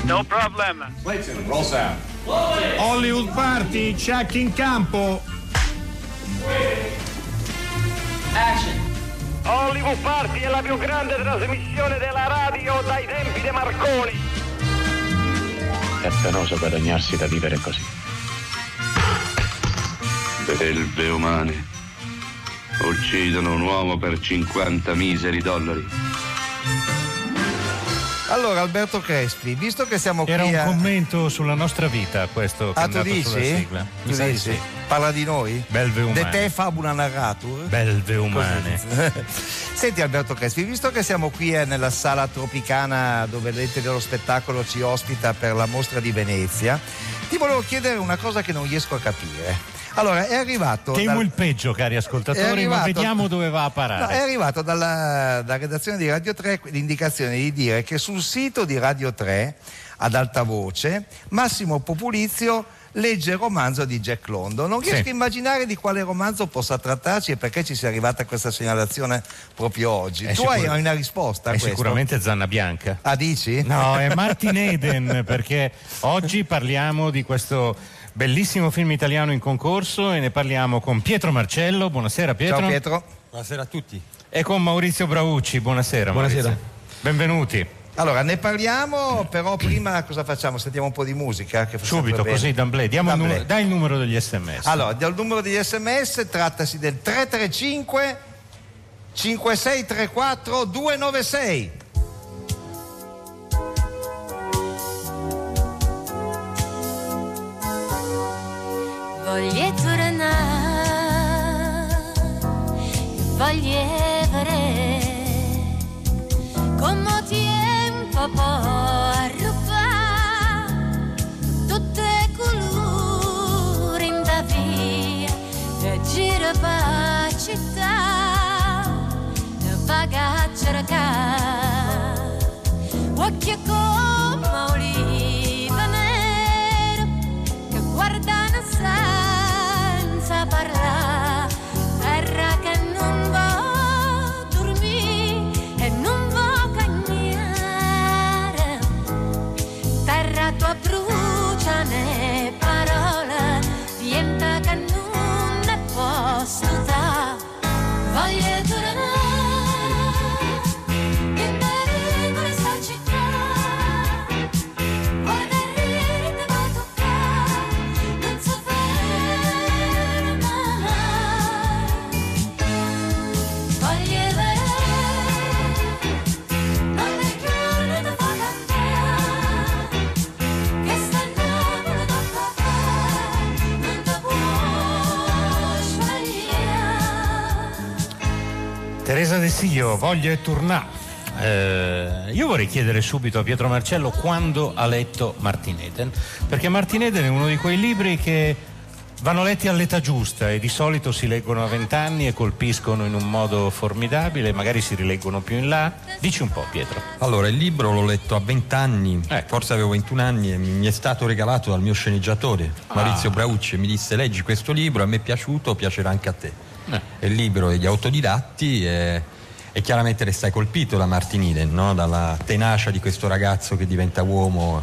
No problem. Clayton, roll sound. Hollywood Party, check in campo. Action. Hollywood Party è la più grande trasmissione della radio dai tempi di Marconi. È penoso guadagnarsi da vivere così. Belve umane uccidono un uomo per 50 miseri dollari. Allora, Alberto Crespi, visto che siamo Era qui un commento sulla nostra vita, questo che è tu andato dici? sulla sigla. Tu dici? Sì. Parla di noi? Belve umane. De te fabula narratur? Belve umane. Senti Alberto Crespi, visto che siamo qui nella sala Tropicana dove l'ente dello spettacolo ci ospita per la mostra di Venezia, ti volevo chiedere una cosa che non riesco a capire. Allora, è arrivato... Temo il peggio, cari ascoltatori, ma vediamo dove va a parare. No, è arrivato dalla redazione di Radio 3 l'indicazione di dire che sul sito di Radio 3, ad alta voce, Massimo Populizio legge il romanzo di Jack London. Non riesco a immaginare di quale romanzo possa trattarci e perché ci sia arrivata questa segnalazione proprio oggi. Tu hai una risposta a questo? Sicuramente Zanna Bianca. Ah, dici? No, è Martin Eden, perché oggi parliamo di questo bellissimo film italiano in concorso e ne parliamo con Pietro Marcello. Buonasera Pietro. Ciao Pietro. Buonasera a tutti. E con Maurizio Braucci. Buonasera. Buonasera. Maurizio. Benvenuti. Allora, ne parliamo, però prima cosa facciamo? Sentiamo un po' di musica? Che Subito, così d'amblè. Dai il numero degli SMS. Allora, il numero degli SMS trattasi del 335 5634 296. Voglio tornare, voglio vedere come tempo può rubare tutte le colori in da via e gira per la città e vaga a cercare occhio come oliva nera che guardano senza parlare, terra che non va dormire e non va cagnare, terra tua brucia ne parole, diventa che non ne posso dare, voglio tornare. Teresa De Sio, voglio tornare. Io vorrei chiedere subito a Pietro Marcello quando ha letto Martin Eden, perché Martin Eden è uno di quei libri che vanno letti all'età giusta e di solito si leggono a 20 anni e colpiscono in un modo formidabile, magari si rileggono più in là. Dici un po', Pietro. Allora, il libro l'ho letto a 20 anni, forse avevo 21 anni e mi è stato regalato dal mio sceneggiatore Maurizio Braucci e mi disse: leggi questo libro, a me è piaciuto, piacerà anche a te. È il libro degli autodidatti e chiaramente restai colpito da Martin Eden, no? Dalla tenacia di questo ragazzo che diventa uomo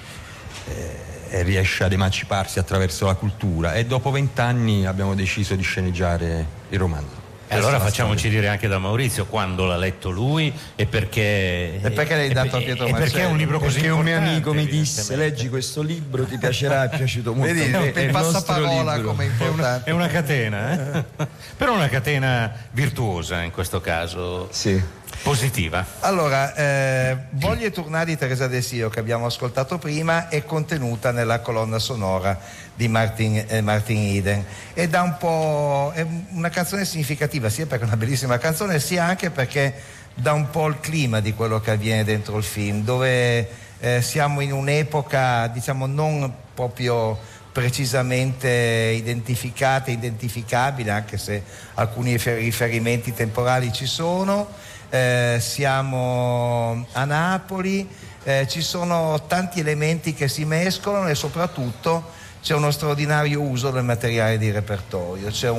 e riesce ad emanciparsi attraverso la cultura, e dopo 20 anni abbiamo deciso di sceneggiare il romanzo. E allora facciamoci dire anche da Maurizio quando l'ha letto lui e perché l'hai dato a Pietro Marcello. Perché è un libro così perché importante. Un mio amico mi disse: leggi questo libro, ti piacerà, è piaciuto molto. Vedi, il passaparola come importante. È una catena, però una catena virtuosa in questo caso. Sì. Positiva. Allora, Voglio tornare di Teresa De Sio, che abbiamo ascoltato prima, è contenuta nella colonna sonora di Martin Eden ed è una canzone significativa, sia perché è una bellissima canzone, sia anche perché dà un po' il clima di quello che avviene dentro il film, dove siamo in un'epoca, diciamo, non proprio precisamente identificabile, anche se alcuni riferimenti temporali ci sono, siamo a Napoli, ci sono tanti elementi che si mescolano e soprattutto c'è uno straordinario uso del materiale di repertorio, c'è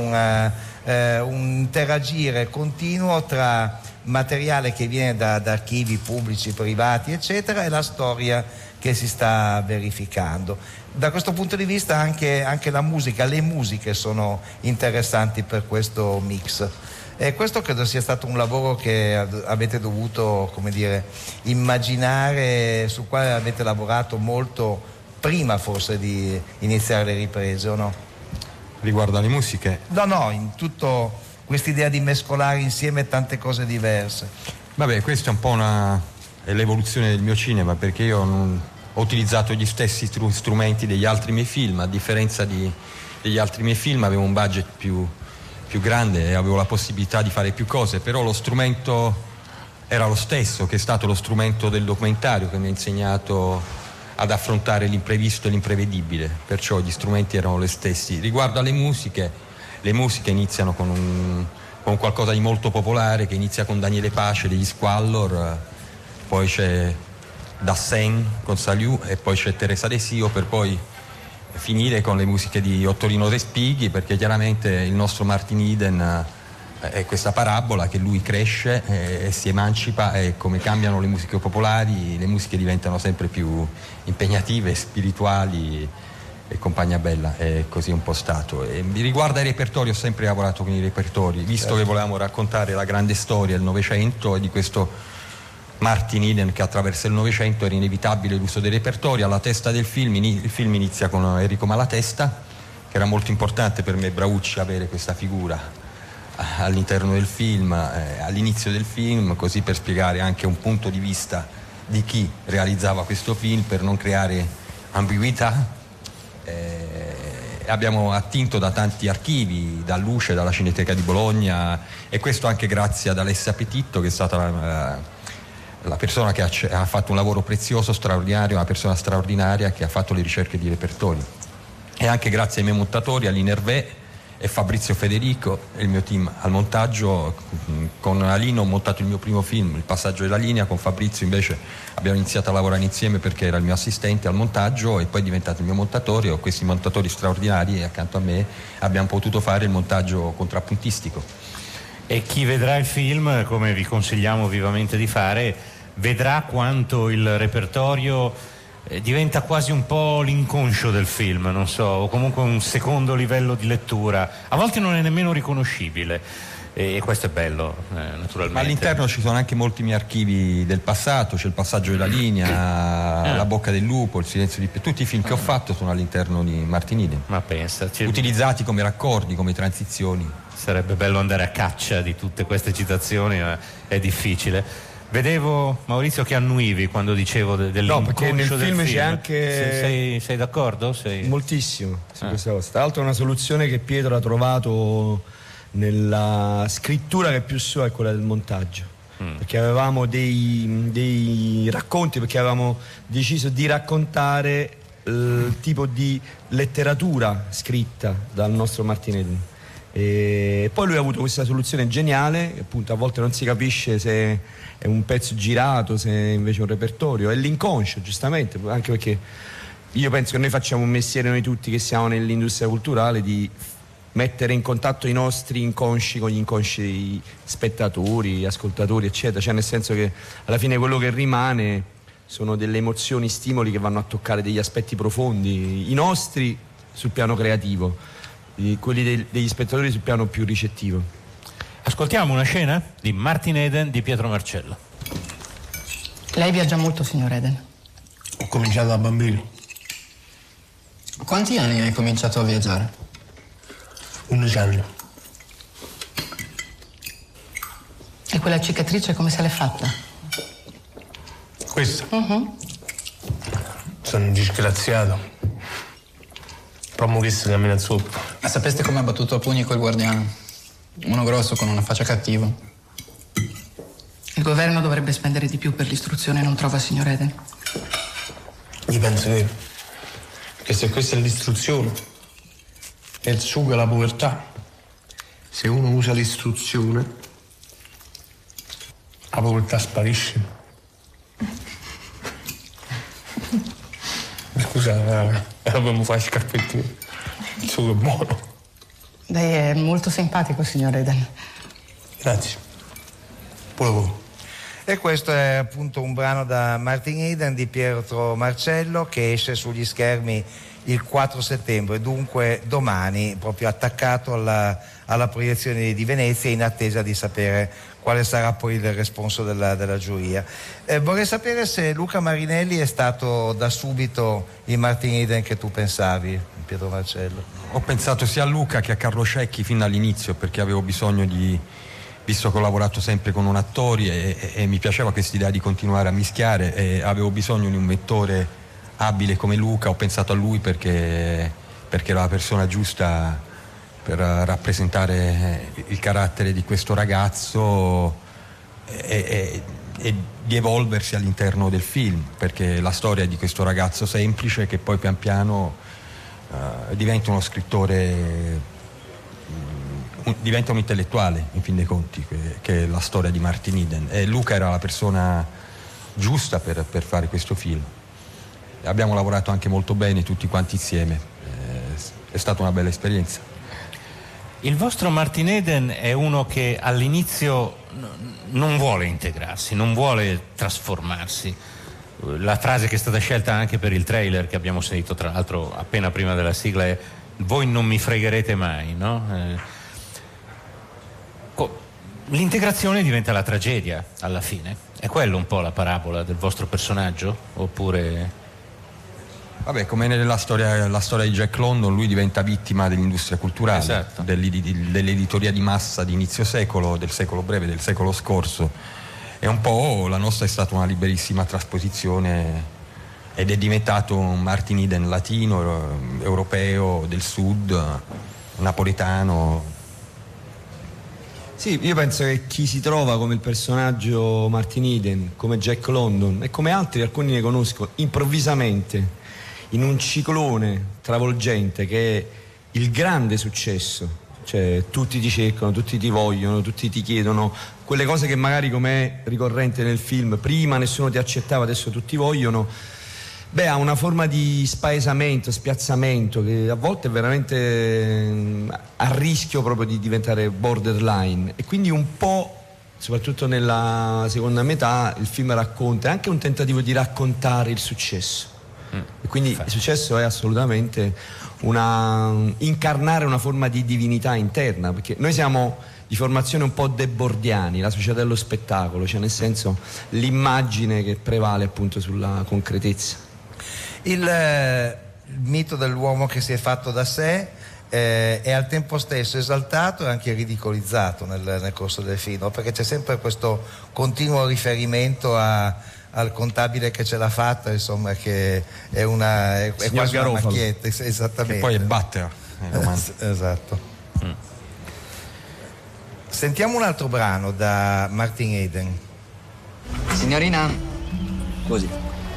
un interagire continuo tra materiale che viene da archivi pubblici, privati, eccetera, e la storia che si sta verificando. Da questo punto di vista anche la musica, le musiche sono interessanti per questo mix. E questo credo sia stato un lavoro che avete dovuto, come dire, immaginare, sul quale avete lavorato molto prima forse di iniziare le riprese, o no? Riguardo alle musiche? No, in tutto quest'idea di mescolare insieme tante cose diverse. Vabbè, questa è un po' è l'evoluzione del mio cinema, perché io ho utilizzato gli stessi strumenti degli altri miei film, a differenza degli altri miei film avevo un budget più grande e avevo la possibilità di fare più cose, però lo strumento era lo stesso, che è stato lo strumento del documentario, che mi ha insegnato ad affrontare l'imprevisto e l'imprevedibile, perciò gli strumenti erano gli stessi. Riguardo alle musiche, le musiche iniziano con qualcosa di molto popolare, che inizia con Daniele Pace degli Squallor, poi c'è Dassen con Salut e poi c'è Teresa De Sio, per poi finire con le musiche di Ottorino Respighi, perché chiaramente il nostro Martin Eden è questa parabola che lui cresce e si emancipa, e come cambiano le musiche popolari, le musiche diventano sempre più impegnative, spirituali, e compagnia bella, è così un po' stato. E riguardo ai repertori, ho sempre lavorato con i repertori, visto che volevamo raccontare la grande storia del Novecento e di questo Martin Eden che attraversa il Novecento, era inevitabile l'uso dei repertori. Alla testa del film, il film inizia con Enrico Malatesta, che era molto importante per me, Braucci, avere questa figura all'interno del film, all'inizio del film, così per spiegare anche un punto di vista di chi realizzava questo film, per non creare ambiguità. Abbiamo attinto da tanti archivi, da Luce, dalla Cineteca di Bologna, e questo anche grazie ad Alessia Petitto, che è stata la persona che ha fatto un lavoro prezioso, straordinario, una persona straordinaria che ha fatto le ricerche di repertori, e anche grazie ai miei montatori, all'Inervé e Fabrizio Federico e il mio team al montaggio. Con Alino ho montato il mio primo film, Il passaggio della linea, con Fabrizio invece abbiamo iniziato a lavorare insieme perché era il mio assistente al montaggio e poi è diventato il mio montatore. Ho questi montatori straordinari e accanto a me abbiamo potuto fare il montaggio contrappuntistico. E chi vedrà il film, come vi consigliamo vivamente di fare, vedrà quanto il repertorio diventa quasi un po' l'inconscio del film, non so, o comunque un secondo livello di lettura. A volte non è nemmeno riconoscibile, e questo è bello, naturalmente. Ma all'interno ci sono anche molti miei archivi del passato, c'è Il passaggio della linea, La bocca del lupo, Il silenzio di tutti i film che ho fatto sono all'interno di Martin Eden. Ma pensa, utilizzati come raccordi, come transizioni. Sarebbe bello andare a caccia di tutte queste citazioni, ma è difficile. Vedevo, Maurizio, che annuivi quando dicevo dell'inconscio. No, perché nel del film c'è anche... Sei d'accordo? Moltissimo su questa cosa. Tra l'altro è una soluzione che Pietro ha trovato nella scrittura, che più sua è quella del montaggio. Perché avevamo dei racconti, perché avevamo deciso di raccontare il tipo di letteratura scritta dal nostro Martin Eden. E poi lui ha avuto questa soluzione geniale, che appunto a volte non si capisce se è un pezzo girato, se invece è un repertorio, è l'inconscio, giustamente, anche perché io penso che noi facciamo un mestiere, noi tutti che siamo nell'industria culturale, di mettere in contatto i nostri inconsci con gli inconsci dei spettatori, ascoltatori, eccetera, cioè nel senso che alla fine quello che rimane sono delle emozioni, stimoli che vanno a toccare degli aspetti profondi, i nostri sul piano creativo, quelli degli spettatori sul piano più ricettivo. Ascoltiamo una scena di Martin Eden di Pietro Marcello. Lei viaggia molto, signor Eden? Ho cominciato da bambino. Quanti anni hai cominciato a viaggiare? 11 anni. E quella cicatrice come se l'è fatta? Questa? Sono un disgraziato. Proprio che si cammina sopra. Ma sapeste come ha battuto a pugni quel guardiano? Uno grosso con una faccia cattiva. Il governo dovrebbe spendere di più per l'istruzione, non trova, signor Eden? Io penso che se questa è l'istruzione e il sugo è la povertà, se uno usa l'istruzione la povertà sparisce. Scusa, dobbiamo fare i scarpettini. Il sugo è buono. Lei è molto simpatico, signor Eden. Grazie. Buon lavoro. E questo è appunto un brano da Martin Eden di Pietro Marcello, che esce sugli schermi il 4 settembre, dunque domani, proprio attaccato alla proiezione di Venezia, in attesa di sapere quale sarà poi il responso della giuria. Vorrei sapere se Luca Marinelli è stato da subito il Martin Eden che tu pensavi, Pietro Marcello. Ho pensato sia a Luca che a Carlo Cecchi fin dall'inizio, perché avevo bisogno visto che ho lavorato sempre con un attore e mi piaceva questa idea di continuare a mischiare, e avevo bisogno di un vettore abile come Luca. Ho pensato a lui perché era la persona giusta per rappresentare il carattere di questo ragazzo e di evolversi all'interno del film, perché la storia è di questo ragazzo semplice che poi pian piano diventa uno scrittore, diventa un intellettuale in fin dei conti, che è la storia di Martin Eden, e Luca era la persona giusta per fare questo film. Abbiamo lavorato anche molto bene tutti quanti insieme, è stata una bella esperienza. Il vostro Martin Eden è uno che all'inizio non vuole integrarsi, non vuole trasformarsi. La frase che è stata scelta anche per il trailer che abbiamo sentito tra l'altro appena prima della sigla è: voi non mi fregherete mai, no? L'integrazione diventa la tragedia alla fine. È quello un po' la parabola del vostro personaggio? Oppure... Vabbè, come nella storia di Jack London, lui diventa vittima dell'industria culturale, esatto, dell'editoria di massa di inizio secolo, del secolo breve, del secolo scorso. E un po' la nostra è stata una liberissima trasposizione ed è diventato un Martin Eden latino, europeo, del sud, napoletano. Sì, io penso che chi si trova come il personaggio Martin Eden, come Jack London e come altri, alcuni ne conosco, improvvisamente in un ciclone travolgente che è il grande successo, cioè tutti ti cercano, tutti ti vogliono, tutti ti chiedono quelle cose che magari, come è ricorrente nel film, prima nessuno ti accettava, adesso tutti vogliono. Beh, ha una forma di spaesamento, spiazzamento che a volte è veramente a rischio proprio di diventare borderline, e quindi un po', soprattutto nella seconda metà, il film racconta, è anche un tentativo di raccontare il successo. E quindi il successo è assolutamente incarnare una forma di divinità interna, perché noi siamo di formazione un po' debordiani, la società dello spettacolo, cioè nel senso l'immagine che prevale appunto sulla concretezza. Il mito dell'uomo che si è fatto da sé è al tempo stesso esaltato e anche ridicolizzato nel corso del film, perché c'è sempre questo continuo riferimento al contabile che ce l'ha fatta, insomma, che è quasi una macchietta, esattamente. Che poi è Butler. Esatto. Sentiamo un altro brano da Martin Eden. Signorina. Così.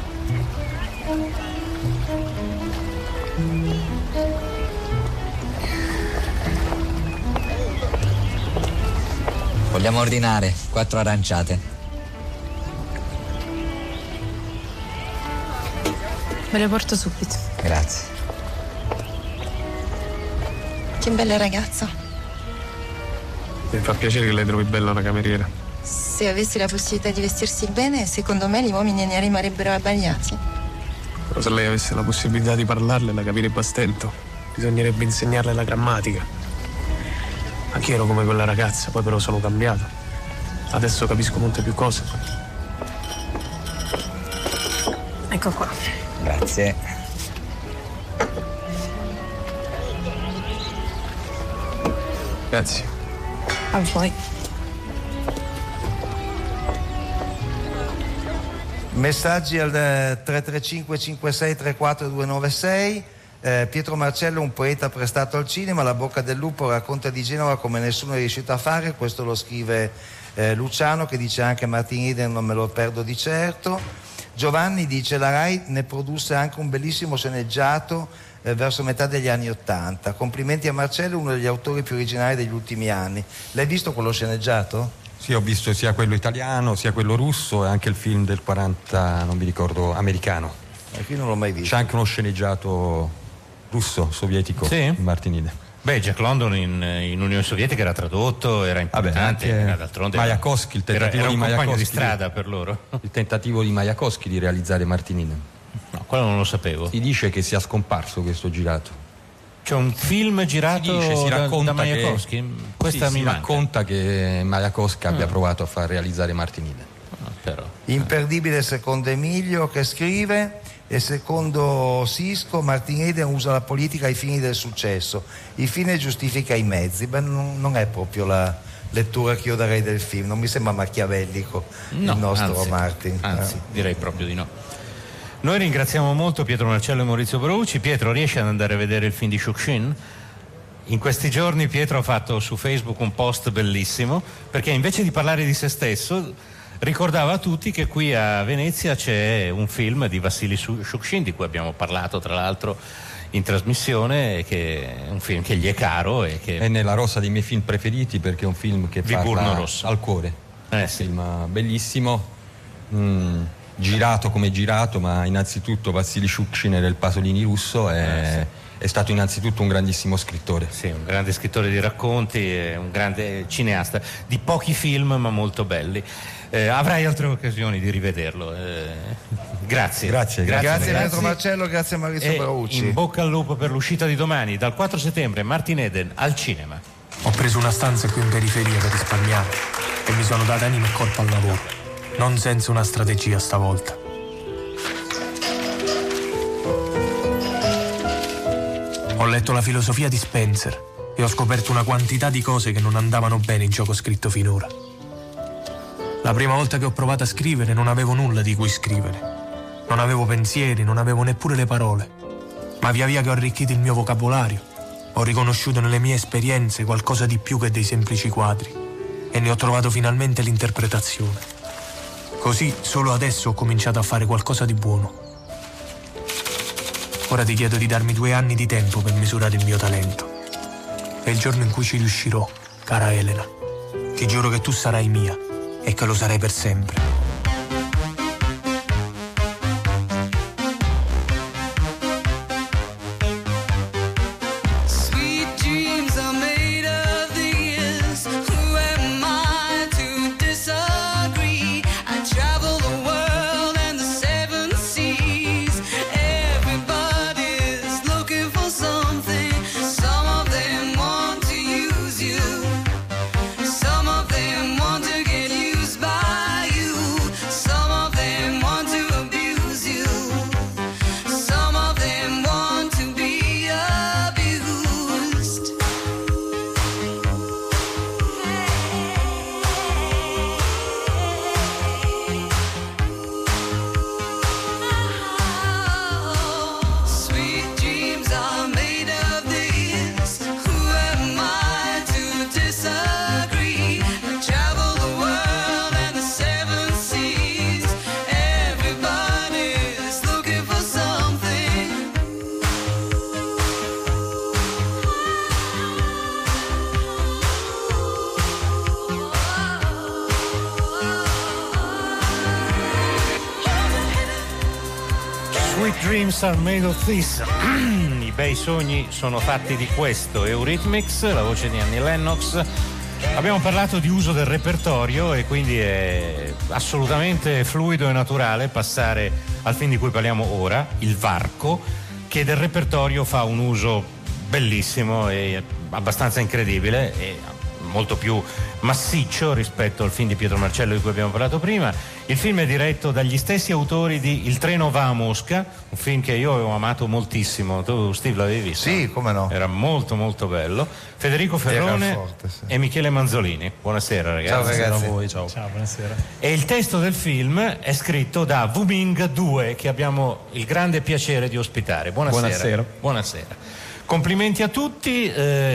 Vogliamo ordinare 4 aranciate. Me le porto subito. Grazie. Che bella ragazza. Mi fa piacere che lei trovi bella una cameriera. Se avessi la possibilità di vestirsi bene, secondo me gli uomini ne rimarrebbero abbagliati. Però se lei avesse la possibilità di parlarle, la capirebbe a stento. Bisognerebbe insegnarle la grammatica. Anch'io ero come quella ragazza, poi però sono cambiato. Adesso capisco molte più cose. Ecco qua. Grazie. Grazie. A voi. Messaggi al 335 56 34 296. Pietro Marcello, un poeta prestato al cinema, La bocca del lupo racconta di Genova come nessuno è riuscito a fare. Questo lo scrive Luciano, che dice anche Martin Eden non me lo perdo di certo. Giovanni dice la Rai ne produsse anche un bellissimo sceneggiato verso metà degli anni '80. Complimenti a Marcello, uno degli autori più originali degli ultimi anni. L'hai visto quello sceneggiato? Sì, ho visto sia quello italiano, sia quello russo e anche il film del 40, non mi ricordo, americano. Qui non l'ho mai visto. C'è anche uno sceneggiato russo, sovietico, sì? Martin Eden. Beh, Jack London in Unione Sovietica era tradotto, era importante, d'altronde Majakovsky, il tentativo era di un compagno Majakovsky di strada per loro. Il tentativo di Majakovsky di realizzare Martin Eden. No, quello non lo sapevo. Si dice che sia scomparso questo girato. C'è un film girato si racconta da Majakovsky? Questa mi manca. Racconta che Majakovsky abbia provato a far realizzare Martin Eden. Però. Imperdibile secondo Emilio che scrive, e secondo Sisko Martin Eden usa la politica ai fini del successo, il fine giustifica i mezzi. Beh, non è proprio la lettura che io darei del film, non mi sembra machiavellico il nostro Martin. Anzi, direi proprio di no. Noi ringraziamo molto Pietro Marcello e Maurizio Brauci. Pietro, riesci ad andare a vedere il film di Shukshin? In questi giorni Pietro ha fatto su Facebook un post bellissimo, perché invece di parlare di se stesso ricordava a tutti che qui a Venezia c'è un film di Vassili Shukshin, di cui abbiamo parlato tra l'altro in trasmissione, che è un film che gli è caro e che è nella rosa dei miei film preferiti, perché è un film che parla al cuore. Un film bellissimo, girato come girato, ma innanzitutto Vassili Shukshin era il Pasolini russo, è stato innanzitutto un grandissimo scrittore. Sì, un grande scrittore di racconti, un grande cineasta di pochi film ma molto belli. Avrai altre occasioni di rivederlo. Grazie Pietro Marcello, grazie a Maurizio Brauci. In bocca al lupo per l'uscita di domani, dal 4 settembre, Martin Eden al cinema. Ho preso una stanza qui in periferia per risparmiare e mi sono data anima e corpo al lavoro, non senza una strategia stavolta. Ho letto la filosofia di Spencer e ho scoperto una quantità di cose che non andavano bene in ciò che ho scritto finora. La prima volta che ho provato a scrivere non avevo nulla di cui scrivere. Non avevo pensieri, non avevo neppure le parole. Ma via via che ho arricchito il mio vocabolario, ho riconosciuto nelle mie esperienze qualcosa di più che dei semplici quadri e ne ho trovato finalmente l'interpretazione. Così solo adesso ho cominciato a fare qualcosa di buono. Ora ti chiedo di darmi 2 anni di tempo per misurare il mio talento. È il giorno in cui ci riuscirò, cara Elena. Ti giuro che tu sarai mia e che lo sarai per sempre. Dreams are made of this. I bei sogni sono fatti di questo. Eurythmics, la voce di Annie Lennox. Abbiamo parlato di uso del repertorio e quindi è assolutamente fluido e naturale passare al film di cui parliamo ora, Il Varco, che del repertorio fa un uso bellissimo e abbastanza incredibile e molto più massiccio rispetto al film di Pietro Marcello di cui abbiamo parlato prima. Il film è diretto dagli stessi autori di Il treno va a Mosca, un film che io avevo amato moltissimo. Tu, Steve, l'avevi visto? Sì, come no. Era molto molto bello. Federico Ferrone e Michele Manzolini. Buonasera ragazzi. Ciao ragazzi. Buonasera a voi, ciao, buonasera. E il testo del film è scritto da Wuming 2, che abbiamo il grande piacere di ospitare. Buonasera. Buonasera. Complimenti a tutti.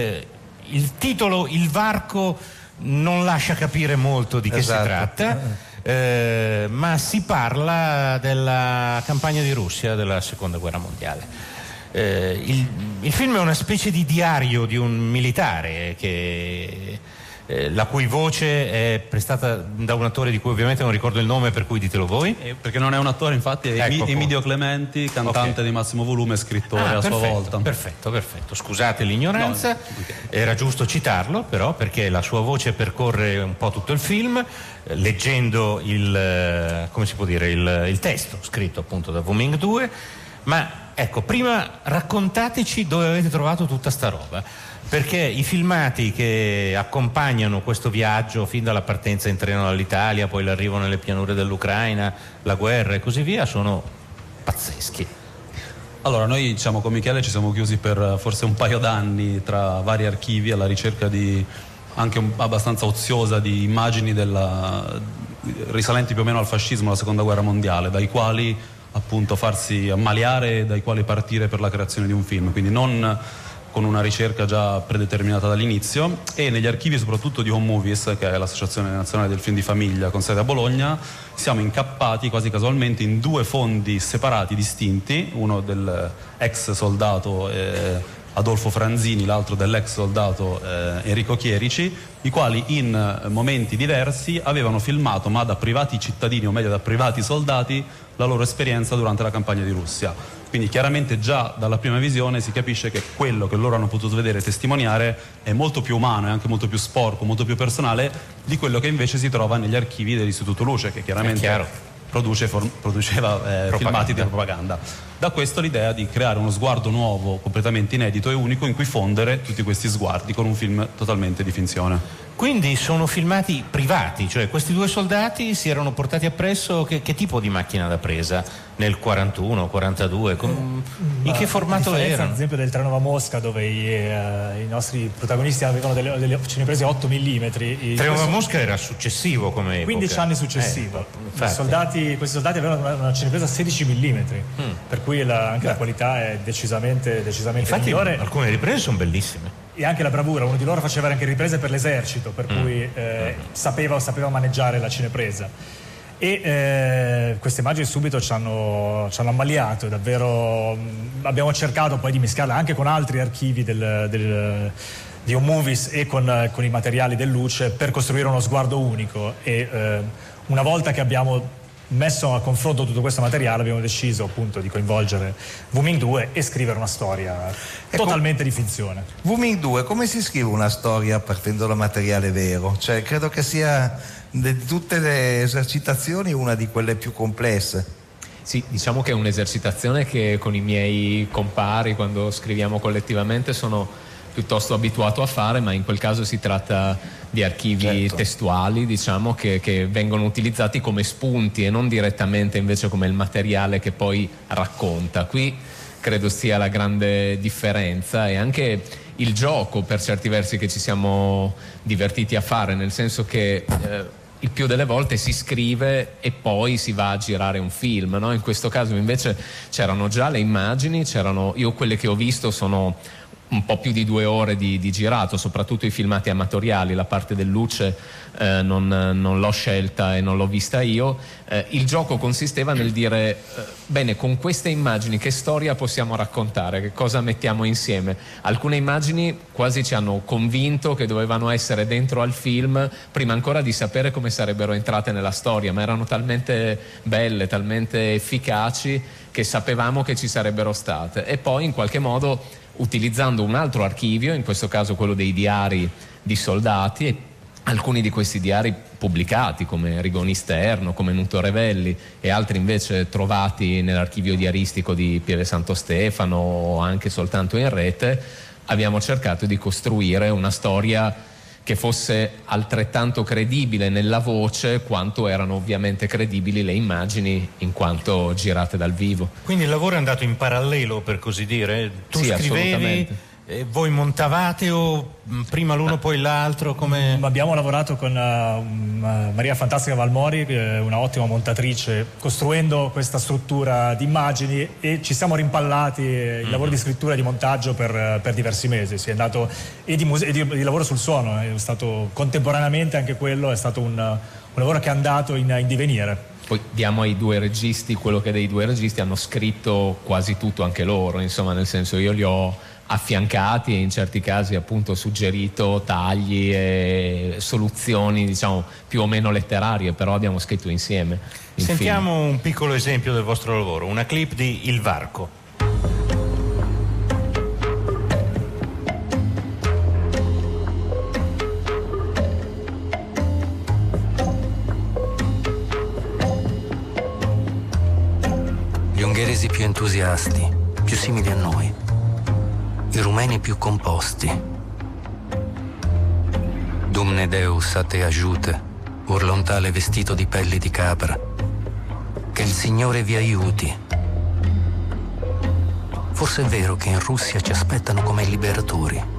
Il titolo Il Varco non lascia capire molto di che si tratta, ma si parla della campagna di Russia della seconda guerra mondiale. Il film è una specie di diario di un militare che la cui voce è prestata da un attore di cui ovviamente non ricordo il nome, per cui ditelo voi. Perché non è un attore, infatti è Emidio Clementi, cantante di Massimo Volume e scrittore a sua volta. Perfetto, scusate l'ignoranza, era giusto citarlo però, perché la sua voce percorre un po' tutto il film, leggendo il testo scritto appunto da Wuming 2. Ma ecco, prima raccontateci dove avete trovato tutta sta roba, perché i filmati che accompagnano questo viaggio fin dalla partenza in treno dall'Italia, poi l'arrivo nelle pianure dell'Ucraina, la guerra e così via, sono pazzeschi. Allora, noi con Michele ci siamo chiusi per forse un paio d'anni tra vari archivi alla ricerca di anche abbastanza oziosa di immagini risalenti più o meno al fascismo, alla seconda guerra mondiale, dai quali appunto farsi ammaliare, dai quali partire per la creazione di un film, quindi non con una ricerca già predeterminata dall'inizio. E negli archivi soprattutto di Home Movies, che è l'associazione nazionale del film di famiglia con sede a Bologna, siamo incappati quasi casualmente in 2 fondi separati, distinti, uno del ex soldato Adolfo Franzini, l'altro dell'ex soldato Enrico Chierici, i quali in momenti diversi avevano filmato, ma da privati cittadini, o meglio da privati soldati, la loro esperienza durante la campagna di Russia. Quindi chiaramente già dalla prima visione si capisce che quello che loro hanno potuto vedere e testimoniare è molto più umano e anche molto più sporco, molto più personale di quello che invece si trova negli archivi dell'Istituto Luce, che chiaramente produceva filmati di propaganda. Da questo l'idea di creare uno sguardo nuovo, completamente inedito e unico, in cui fondere tutti questi sguardi con un film totalmente di finzione. Quindi sono filmati privati, cioè questi 2 soldati si erano portati appresso che tipo di macchina da presa nel 41, 42? In che formato erano? Ad esempio del Trenova Mosca, dove i nostri protagonisti avevano delle cineprese 8 mm. Trenova Mosca era successivo come epoca. 15 anni successivo. Questi soldati avevano una cinepresa 16 mm, per cui anche la qualità è decisamente migliore. Alcune riprese sono bellissime. E anche la bravura, uno di loro faceva anche riprese per l'esercito, per cui sapeva maneggiare la cinepresa. E queste immagini subito ci hanno ammaliato, davvero. Abbiamo cercato poi di mischiarle anche con altri archivi di Home Movies e con i materiali del Luce per costruire uno sguardo unico. E una volta che abbiamo messo a confronto tutto questo materiale, abbiamo deciso appunto di coinvolgere Wuming 2 e scrivere una storia totalmente di finzione. Wuming 2, come si scrive una storia partendo da materiale vero? Cioè, credo che sia di tutte le esercitazioni una di quelle più complesse. Sì, diciamo che è un'esercitazione che con i miei compari, quando scriviamo collettivamente, sono piuttosto abituato a fare, ma in quel caso si tratta di archivi testuali, diciamo, che vengono utilizzati come spunti e non direttamente invece come il materiale che poi racconta. Qui credo sia la grande differenza, e anche il gioco per certi versi che ci siamo divertiti a fare, nel senso che il più delle volte si scrive e poi si va a girare un film, no? In questo caso invece c'erano già le immagini, io quelle che ho visto sono un po' più di 2 ore di girato, soprattutto i filmati amatoriali. La parte del Luce non l'ho scelta e non l'ho vista io. Il gioco consisteva nel dire bene, con queste immagini che storia possiamo raccontare, che cosa mettiamo insieme. Alcune immagini quasi ci hanno convinto che dovevano essere dentro al film prima ancora di sapere come sarebbero entrate nella storia, ma erano talmente belle, talmente efficaci che sapevamo che ci sarebbero state. E poi in qualche modo, utilizzando un altro archivio, in questo caso quello dei diari di soldati, e alcuni di questi diari pubblicati come Rigoni Sterno, come Nuto Revelli, e altri invece trovati nell'archivio diaristico di Pieve Santo Stefano o anche soltanto in rete, abbiamo cercato di costruire una storia che fosse altrettanto credibile nella voce quanto erano ovviamente credibili le immagini in quanto girate dal vivo. Quindi il lavoro è andato in parallelo, per così dire? Tu sì, scrivevi, voi montavate o prima l'uno poi l'altro? Come... Abbiamo lavorato con Maria Fantastica Valmori, una ottima montatrice, costruendo questa struttura di immagini, e ci siamo rimpallati il lavoro di scrittura e di montaggio per diversi mesi. Si è andato, e di lavoro sul suono, è stato contemporaneamente anche quello, è stato un lavoro che è andato in divenire. Poi diamo ai 2 registi quello che dei 2 registi hanno scritto quasi tutto anche loro, insomma, nel senso, io li ho affiancati e in certi casi appunto suggerito tagli e soluzioni diciamo più o meno letterarie, però abbiamo scritto insieme il Sentiamo film. un piccolo esempio del vostro lavoro, una clip di Il Varco. Gli ungheresi più entusiasti, più simili a noi. I rumeni più composti. Dumne Deus a te aiute, urla un tale vestito di pelli di capra. Che il Signore vi aiuti. Forse è vero che in Russia ci aspettano come liberatori.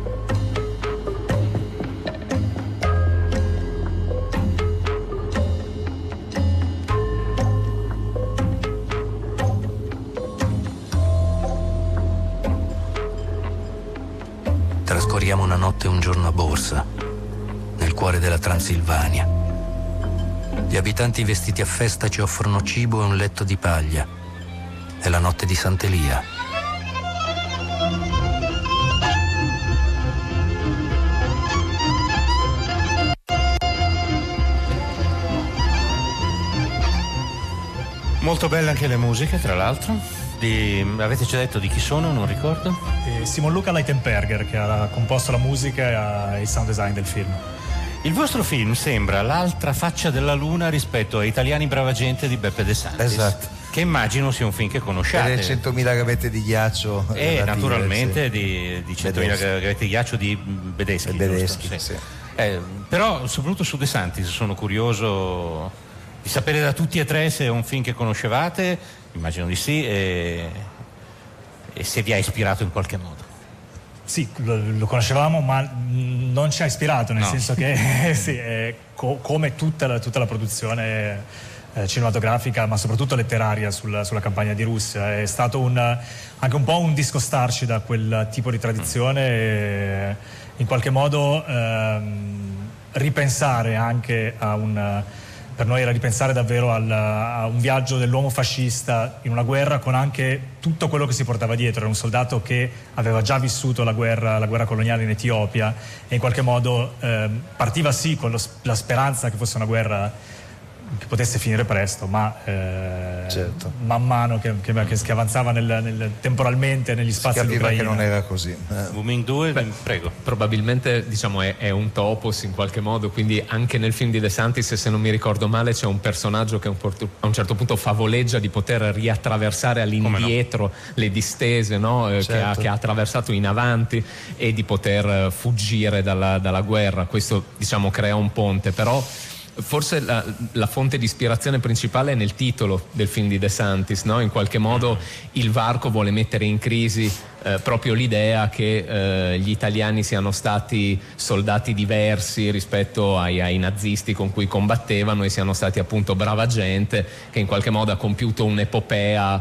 Trascorriamo una notte e un giorno a Borsa, nel cuore della Transilvania. Gli abitanti vestiti a festa ci offrono cibo e un letto di paglia. È la notte di Sant'Elia. Molto belle anche le musiche, tra l'altro. Avete già detto di chi sono, non ricordo? Simon Luca Leitenberger, che ha composto la musica e il sound design del film. Il vostro film sembra l'altra faccia della luna rispetto a Italiani brava gente di Beppe De Santis. Esatto. Che immagino sia un film che conosciate. E le 100.000 gavette di ghiaccio. E naturalmente sì. di 100.000 gavette di ghiaccio di Bedeschi. Sì. Però soprattutto su De Santis sono curioso di sapere da tutti e tre se è un film che conoscevate, immagino di sì, e se vi ha ispirato in qualche modo. Sì, lo conoscevamo, ma non ci ha ispirato, nel senso che sì, come tutta la produzione cinematografica, ma soprattutto letteraria sulla campagna di Russia, è stato anche un po' un discostarci da quel tipo di tradizione e in qualche modo ripensare anche per noi era ripensare davvero a un viaggio dell'uomo fascista in una guerra con anche tutto quello che si portava dietro. Era un soldato che aveva già vissuto la guerra coloniale in Etiopia e in qualche modo partiva sì con la speranza che fosse una guerra che potesse finire presto, ma certo. Man mano che avanzava temporalmente negli spazi dell'Ucraina. dell'Ucraina. Che non era così. Booming 2, prego. Probabilmente diciamo è un topos in qualche modo, quindi anche nel film di De Santis, se non mi ricordo male, c'è un personaggio che a un certo punto favoleggia di poter riattraversare all'indietro le distese, no? Certo. che ha attraversato in avanti e di poter fuggire dalla guerra. Questo diciamo crea un ponte, però forse la fonte di ispirazione principale è nel titolo del film di De Santis, no? In qualche modo Il Varco vuole mettere in crisi proprio l'idea che gli italiani siano stati soldati diversi rispetto ai nazisti con cui combattevano e siano stati appunto brava gente che in qualche modo ha compiuto un'epopea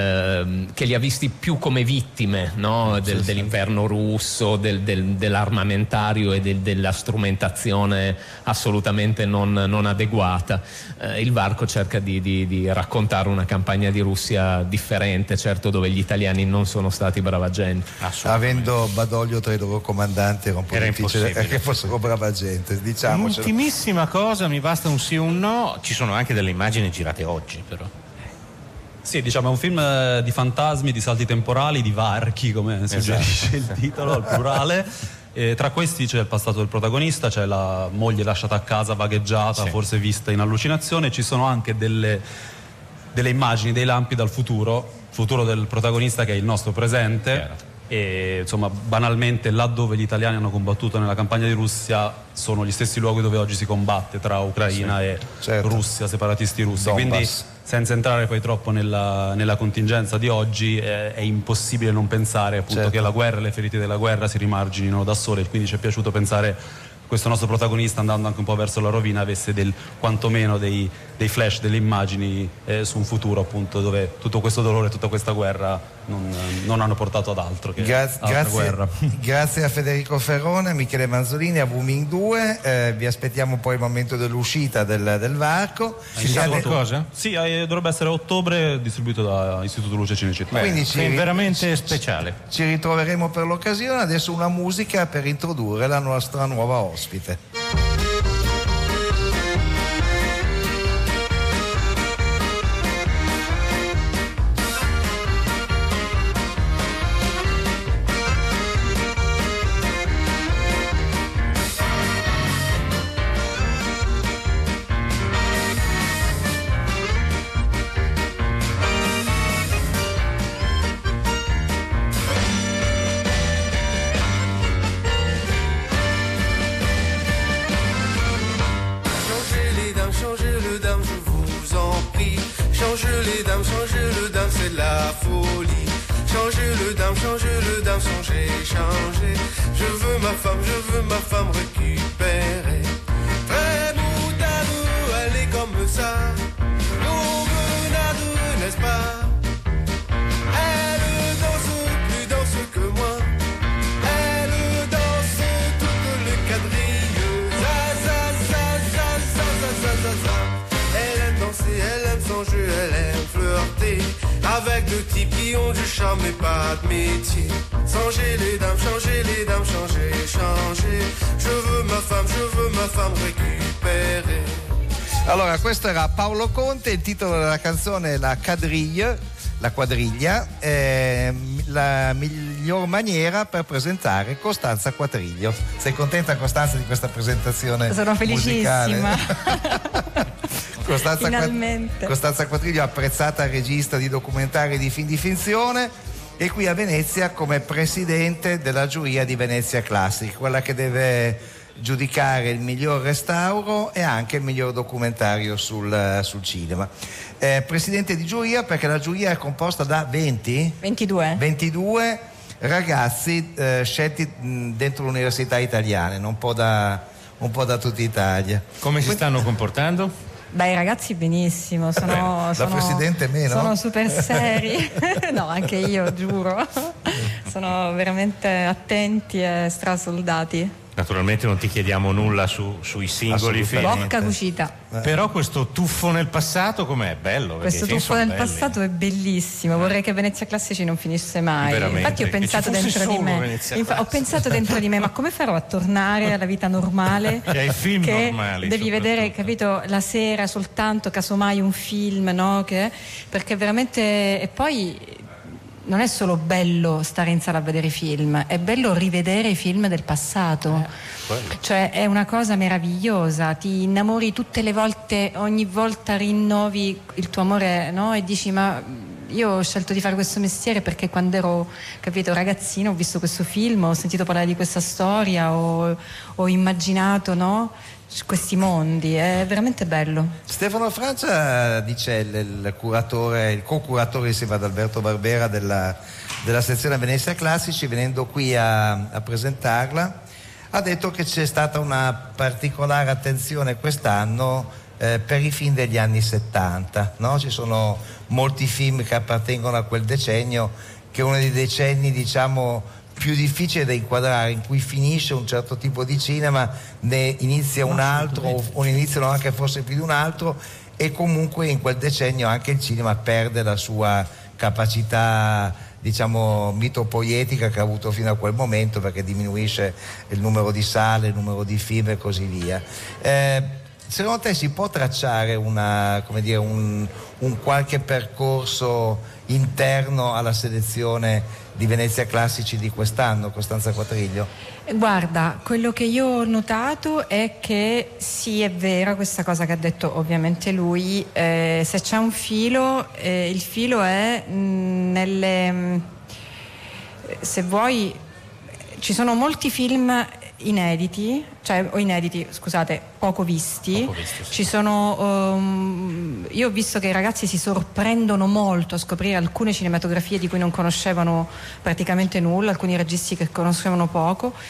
che li ha visti più come vittime, no? Dell'inverno russo, dell'armamentario e della strumentazione assolutamente non adeguata. Il Varco cerca di raccontare una campagna di Russia differente, certo, dove gli italiani non sono stati brava gente. Avendo Badoglio tra i loro comandanti era un po' difficile che fossero brava gente, diciamocelo. Ultimissima cosa, mi basta un sì o un no. Ci sono anche delle immagini girate oggi, però. Sì, diciamo è un film di fantasmi, di salti temporali, di varchi, come suggerisce il titolo, al plurale. E tra questi c'è il passato del protagonista, c'è la moglie lasciata a casa, vagheggiata, forse vista in allucinazione. Ci sono anche delle immagini, dei lampi dal futuro del protagonista, che è il nostro presente. Chiaro. E insomma, banalmente, laddove gli italiani hanno combattuto nella campagna di Russia sono gli stessi luoghi dove oggi si combatte tra Ucraina e Russia, separatisti russi. Donbass. Quindi, senza entrare poi troppo nella contingenza di oggi, è impossibile non pensare appunto che la guerra e le ferite della guerra si rimarginino da sole. Quindi ci è piaciuto pensare questo nostro protagonista, andando anche un po' verso la rovina, avesse quantomeno dei flash, delle immagini su un futuro appunto dove tutto questo dolore, tutta questa guerra non hanno portato ad altro che altra guerra. Grazie a Federico Ferrone, Michele Manzolini, a Booming 2. Vi aspettiamo poi il momento dell'uscita del varco. Ci sa qualcosa? Sì, dovrebbe essere a ottobre, distribuito da Istituto Luce Cinecittà. Quindi è veramente speciale. Ci ritroveremo per l'occasione. Adesso una musica per introdurre la nostra nuova ospite. Avec deux types qui ont du charme et pas de métier. Changer les dames, changer changer. Je veux ma femme récupérée. Allora, questo era Paolo Conte, il titolo della canzone è La quadriglia, la miglior maniera per presentare Costanza Quattriglio. Sei contenta, Costanza, di questa presentazione? Sono felicissima. Costanza Quattriglio, apprezzata regista di documentari e di film di finzione, e qui a Venezia come presidente della giuria di Venezia Classic, quella che deve giudicare il miglior restauro e anche il miglior documentario sul cinema. Presidente di giuria perché la giuria è composta da 22 ragazzi scelti dentro l'università italiana, un po' da tutta Italia. Come si stanno comportando? Beh, i ragazzi benissimo, la Presidente meno. Sono super seri, no, anche io, giuro, sono veramente attenti e strasoldati. Naturalmente non ti chiediamo nulla sui singoli film. Bocca cucita. Però questo tuffo nel passato com'è? Bello. Questo tuffo nel passato è bellissimo. Vorrei che Venezia Classici non finisse mai. Veramente. Infatti ho pensato dentro di me, ma come farò a tornare alla vita normale? Che ai film normali. Devi vedere, capito, la sera soltanto, casomai un film, no? Perché veramente. E poi non è solo bello stare in sala a vedere i film, è bello rivedere i film del passato. Cioè è una cosa meravigliosa, ti innamori tutte le volte, ogni volta rinnovi il tuo amore, no? E dici, ma io ho scelto di fare questo mestiere perché quando ero, capito, ragazzino ho visto questo film, ho sentito parlare di questa storia, ho immaginato, no? Questi mondi, è veramente bello. Stefano Francia Dicelle, il co-curatore insieme ad Alberto Barbera della sezione Venezia Classici, venendo qui a presentarla, ha detto che c'è stata una particolare attenzione quest'anno per i film degli anni 70, no? Ci sono molti film che appartengono a quel decennio, che è uno dei decenni, diciamo, più difficile da inquadrare, in cui finisce un certo tipo di cinema, ne inizia un altro o ne iniziano anche forse più di un altro, e comunque in quel decennio anche il cinema perde la sua capacità, diciamo, mitopoietica che ha avuto fino a quel momento, perché diminuisce il numero di sale, il numero di film e così via. Secondo te si può tracciare un qualche percorso interno alla selezione di Venezia Classici di quest'anno, Costanza Quattriglio? Guarda, quello che io ho notato è che sì, è vera questa cosa che ha detto ovviamente lui, se c'è un filo, il filo è se vuoi, ci sono molti film inediti, poco visti. Sì. Ci sono, io ho visto che i ragazzi si sorprendono molto a scoprire alcune cinematografie di cui non conoscevano praticamente nulla, alcuni registi che conoscevano poco,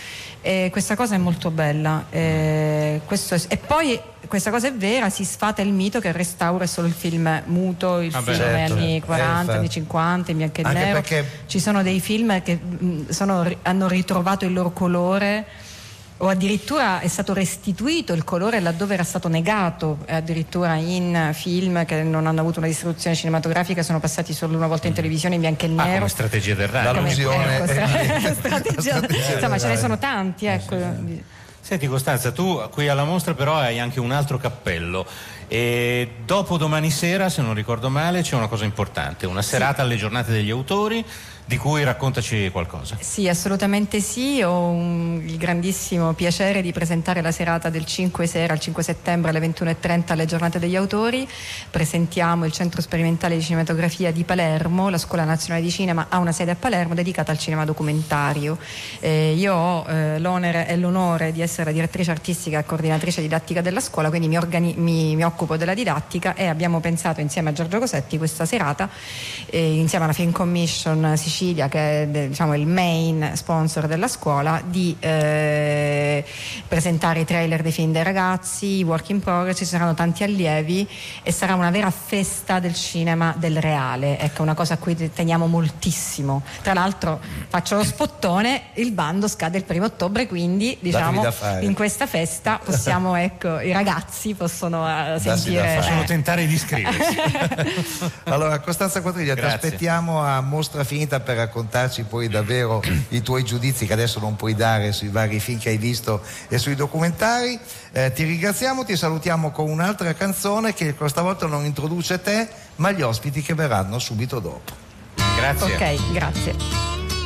e questa cosa è molto bella. E poi questa cosa è vera, si sfata il mito che il restauro è solo il film muto, il film certo. anni 40, anni 50, in bianco e Anche nero. perché ci sono dei film che hanno ritrovato il loro colore, o addirittura è stato restituito il colore laddove era stato negato, addirittura in film che non hanno avuto una distribuzione cinematografica, sono passati solo una volta in televisione in bianco e nero. Come strategia del radio. L'allusione. Strategia, insomma ce ne sono tanti, ecco. Senti Costanza, tu qui alla mostra però hai anche un altro cappello e dopo domani sera, se non ricordo male, c'è una cosa importante, una serata alle giornate degli autori, di cui raccontaci qualcosa. Sì, assolutamente sì, ho il grandissimo piacere di presentare la serata del 5 sera al 5 settembre alle 21:30 alle giornate degli autori. Presentiamo il Centro Sperimentale di Cinematografia di Palermo, la Scuola Nazionale di Cinema ha una sede a Palermo dedicata al cinema documentario. Io ho l'onere e l'onore di essere la direttrice artistica e coordinatrice didattica della scuola, quindi mi occupo della didattica, e abbiamo pensato insieme a Giorgio Cosetti questa serata, insieme alla Film Commission Sicilia, che è diciamo il main sponsor della scuola, di presentare i trailer dei film dei ragazzi, i work in progress, ci saranno tanti allievi e sarà una vera festa del cinema del reale, ecco, una cosa a cui teniamo moltissimo. Tra l'altro faccio lo spottone, il bando scade il 1° ottobre, quindi diciamo in questa festa possiamo, ecco, i ragazzi possono sentire, possono tentare di iscriversi. Allora Costanza Quadriglia, ti aspettiamo a mostra finita per raccontarci poi davvero i tuoi giudizi, che adesso non puoi dare sui vari film che hai visto e sui documentari. Ti ringraziamo, ti salutiamo con un'altra canzone che questa volta non introduce te ma gli ospiti che verranno subito dopo. Grazie. Ok, grazie.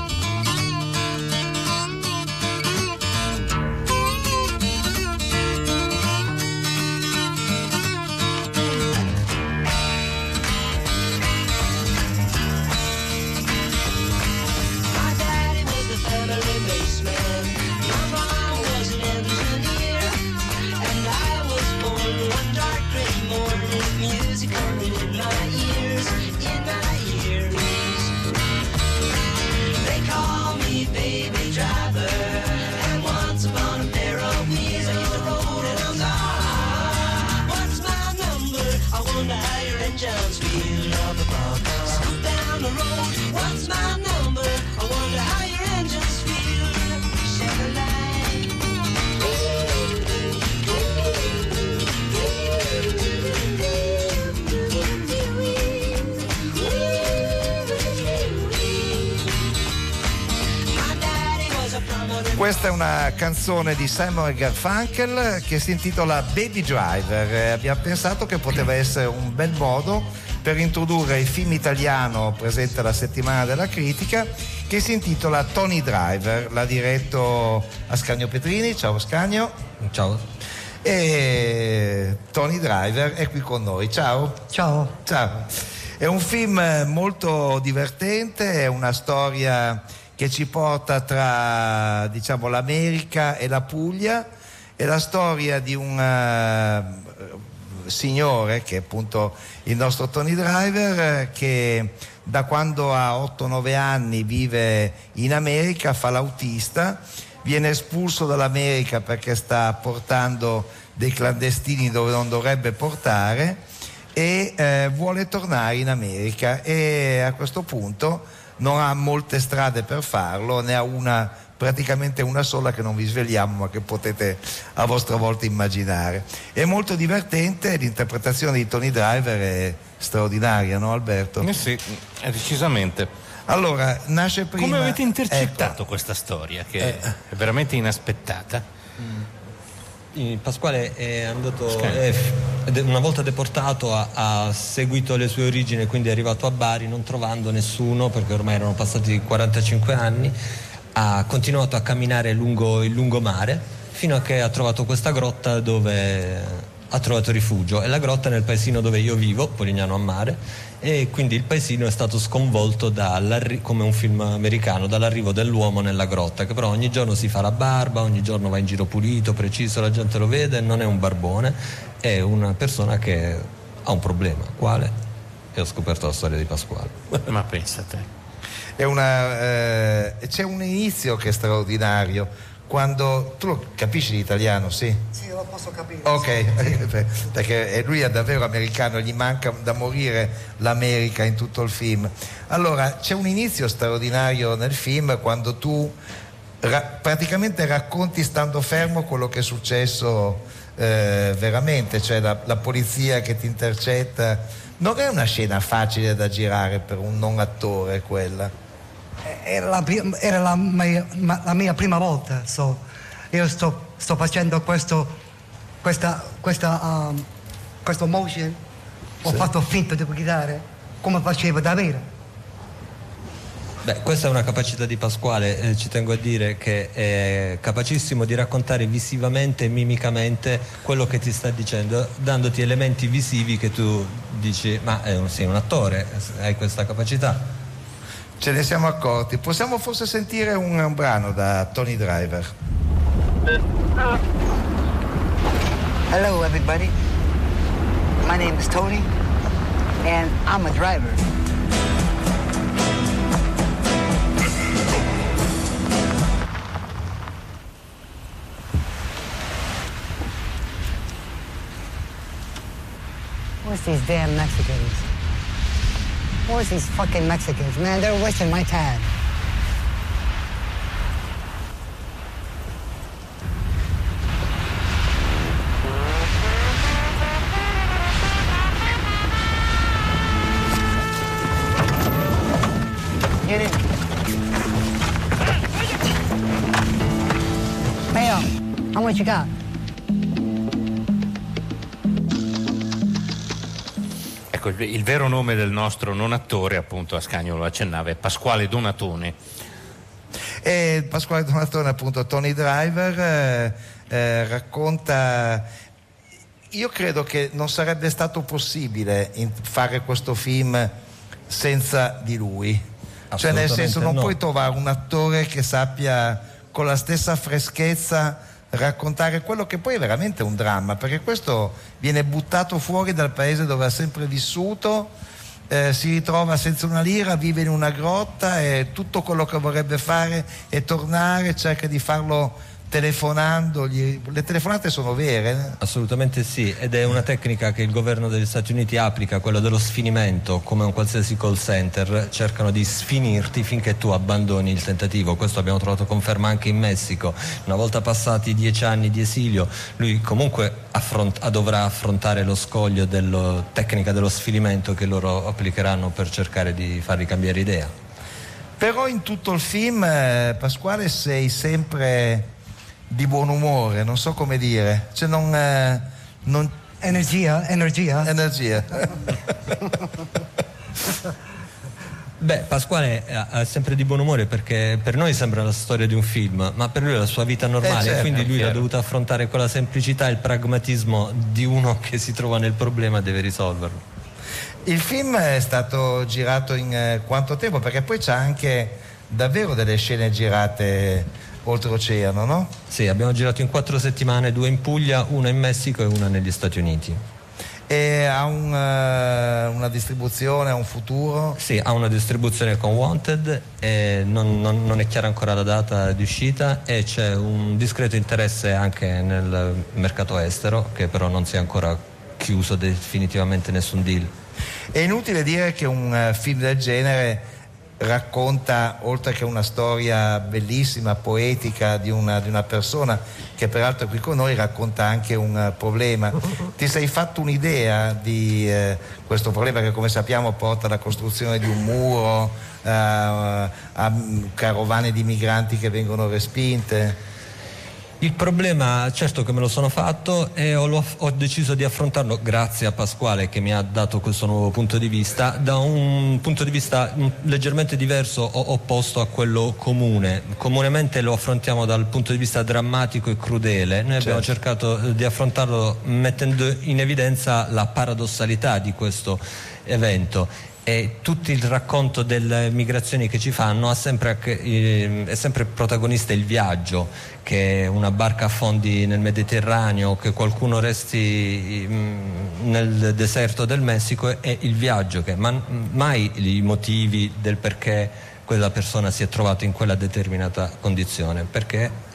Questa è una canzone di Simon & Garfunkel che si intitola Baby Driver. Abbiamo pensato che poteva essere un bel modo per introdurre il film italiano presente alla Settimana della Critica, che si intitola Tony Driver. L'ha diretto Ascanio Petrini. Ciao Ascanio. Ciao. E Tony Driver è qui con noi. Ciao. Ciao. Ciao. È un film molto divertente, è una storia che ci porta tra, diciamo, l'America e la Puglia. È la storia di un signore, che è appunto il nostro Tony Driver, che da quando ha 8-9 anni vive in America, fa l'autista, viene espulso dall'America perché sta portando dei clandestini dove non dovrebbe portare, e vuole tornare in America, e a questo punto non ha molte strade per farlo, ne ha una, praticamente una sola, che non vi sveliamo ma che potete a vostra volta immaginare. È molto divertente, l'interpretazione di Tony Driver è straordinaria, no Alberto? Sì, decisamente. Allora, nasce prima... Come avete intercettato questa storia che è veramente inaspettata? Pasquale è andato, una volta deportato, ha seguito le sue origini, quindi è arrivato a Bari non trovando nessuno, perché ormai erano passati 45 anni, ha continuato a camminare lungo il lungomare fino a che ha trovato questa grotta dove ha trovato rifugio. E la grotta è nel paesino dove io vivo, Polignano a Mare, e quindi il paesino è stato sconvolto come un film americano, dall'arrivo dell'uomo nella grotta, che però ogni giorno si fa la barba, ogni giorno va in giro pulito, preciso, la gente lo vede, non è un barbone, è una persona che ha un problema. Quale? E ho scoperto la storia di Pasquale. Ma pensa te. C'è un inizio che è straordinario, quando tu lo capisci l'italiano, sì? Sì, lo posso capire. Ok, perché lui è davvero americano, gli manca da morire l'America in tutto il film. Allora, c'è un inizio straordinario nel film quando tu praticamente racconti stando fermo quello che è successo veramente, cioè la polizia che ti intercetta. Non è una scena facile da girare per un non attore quella. Era la mia prima volta, io sto facendo questo motion, ho fatto finta di guidare come facevo davvero. Beh, questa è una capacità di Pasquale, ci tengo a dire che è capacissimo di raccontare visivamente e mimicamente quello che ti sta dicendo, dandoti elementi visivi che tu dici, ma sei un attore, hai questa capacità. Ce ne siamo accorti. Possiamo forse sentire un brano da Tony Driver. Hello everybody, my name is Tony and I'm a driver. What's these damn Mexicans? Where's these fucking Mexicans? Man, they're wasting my time. Get in. Hey, how much you got? Ecco, il vero nome del nostro non attore, appunto Ascanio lo accennava, è Pasquale Donatone. E Pasquale Donatone, appunto, Tony Driver, racconta. Io credo che non sarebbe stato possibile fare questo film senza di lui. Cioè, nel senso, non puoi trovare un attore che sappia con la stessa freschezza raccontare quello che poi è veramente un dramma, perché questo viene buttato fuori dal paese dove ha sempre vissuto, si ritrova senza una lira, vive in una grotta e tutto quello che vorrebbe fare è tornare, cerca di farlo telefonandogli. Le telefonate sono vere? Assolutamente sì, ed è una tecnica che il governo degli Stati Uniti applica, quella dello sfinimento. Come un qualsiasi call center, cercano di sfinirti finché tu abbandoni il tentativo. Questo abbiamo trovato conferma anche in Messico. Una volta passati 10 anni di esilio, lui comunque dovrà affrontare lo scoglio della tecnica dello sfinimento che loro applicheranno per cercare di fargli cambiare idea. Però in tutto il film, Pasquale, sei sempre di buon umore, non so come dire, cioè non... Energia. Beh, Pasquale è sempre di buon umore perché per noi sembra la storia di un film, ma per lui è la sua vita normale, certo, quindi lui ha dovuto affrontare con la semplicità e il pragmatismo di uno che si trova nel problema e deve risolverlo. Il film è stato girato in quanto tempo? Perché poi c'ha anche davvero delle scene girate oltreoceano, no? Sì, abbiamo girato in 4 settimane, 2 in Puglia, 1 in Messico e 1 negli Stati Uniti. E ha una distribuzione, ha un futuro? Sì, ha una distribuzione con Wanted e non è chiara ancora la data di uscita e c'è un discreto interesse anche nel mercato estero, che però non si è ancora chiuso definitivamente nessun deal. È inutile dire che un film del genere racconta, oltre che una storia bellissima, poetica di una persona che peraltro è qui con noi, racconta anche un problema. Ti sei fatto un'idea di questo problema che, come sappiamo, porta alla costruzione di un muro, a carovane di migranti che vengono respinte? Il problema, certo che me lo sono fatto e ho deciso di affrontarlo, grazie a Pasquale che mi ha dato questo nuovo punto di vista, da un punto di vista leggermente diverso o opposto a quello comune. Comunemente lo affrontiamo dal punto di vista drammatico e crudele, noi abbiamo cercato di affrontarlo mettendo in evidenza la paradossalità di questo evento. E tutto il racconto delle migrazioni che ci fanno è sempre protagonista il viaggio, che una barca affondi nel Mediterraneo, che qualcuno resti nel deserto del Messico, è il viaggio, che mai i motivi del perché quella persona si è trovata in quella determinata condizione, perché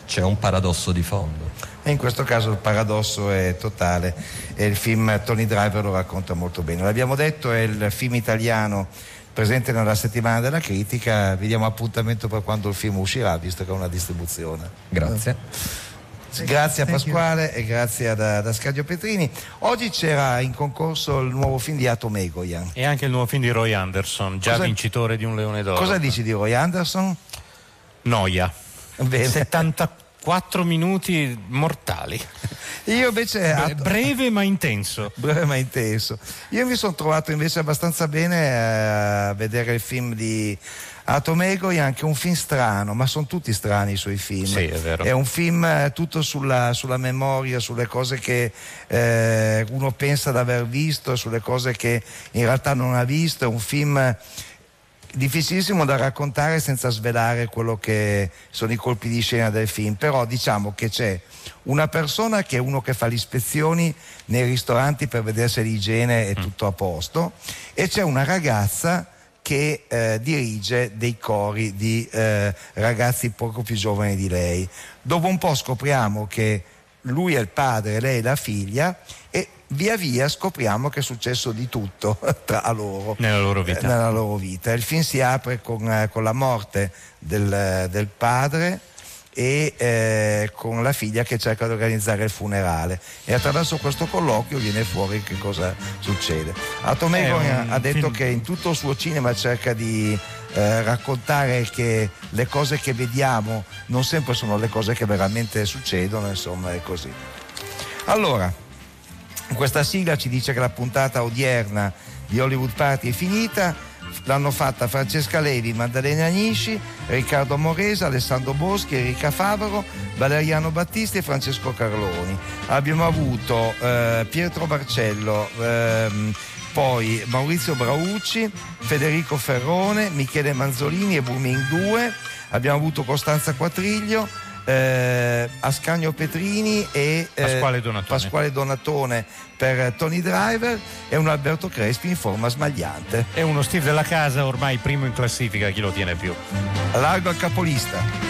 c'è un paradosso di fondo. E in questo caso il paradosso è totale e il film Tony Driver lo racconta molto bene. L'abbiamo detto, è il film italiano presente nella settimana della critica. Vi diamo appuntamento per quando il film uscirà, visto che è una distribuzione. Grazie. Grazie a Pasquale e grazie ad Ascanio Petrini. Oggi c'era in concorso il nuovo film di Atom Egoyan. E anche il nuovo film di Roy Andersson, già vincitore di un Leone d'Oro. Cosa dici di Roy Anderson? Noia. Bene. 74 minuti mortali. Io invece breve ma intenso. Breve ma intenso. Io mi sono trovato invece abbastanza bene a vedere il film di Atom Egoyan, anche un film strano, ma sono tutti strani i suoi film. Sì, è vero. È un film tutto sulla memoria, sulle cose che uno pensa di aver visto, sulle cose che in realtà non ha visto. È un film difficilissimo da raccontare senza svelare quello che sono i colpi di scena del film, però diciamo che c'è una persona che è uno che fa le ispezioni nei ristoranti per vedere se l'igiene è tutto a posto, e c'è una ragazza che dirige dei cori di ragazzi poco più giovani di lei. Dopo un po' scopriamo che lui è il padre, lei è la figlia, e via via scopriamo che è successo di tutto tra loro nella loro vita. Il film si apre con la morte del padre e con la figlia che cerca di organizzare il funerale, e attraverso questo colloquio viene fuori che cosa succede. Atom Egoyan ha detto che in tutto il suo cinema cerca di raccontare che le cose che vediamo non sempre sono le cose che veramente succedono, insomma è così. Allora, questa sigla ci dice che la puntata odierna di Hollywood Party è finita. L'hanno fatta Francesca Levi, Maddalena Agnisci, Riccardo Moresa, Alessandro Boschi, Enrica Favaro, Valeriano Battisti e Francesco Carloni. Abbiamo avuto Pietro Barcello, poi Maurizio Braucci, Federico Ferrone, Michele Manzolini e Bumin 2. Abbiamo avuto Costanza Quatriglio, Ascanio Petrini e Pasquale Donatone per Tony Driver, e un Alberto Crespi in forma smagliante. È uno Steve della casa ormai primo in classifica, chi lo tiene più? Largo al capolista.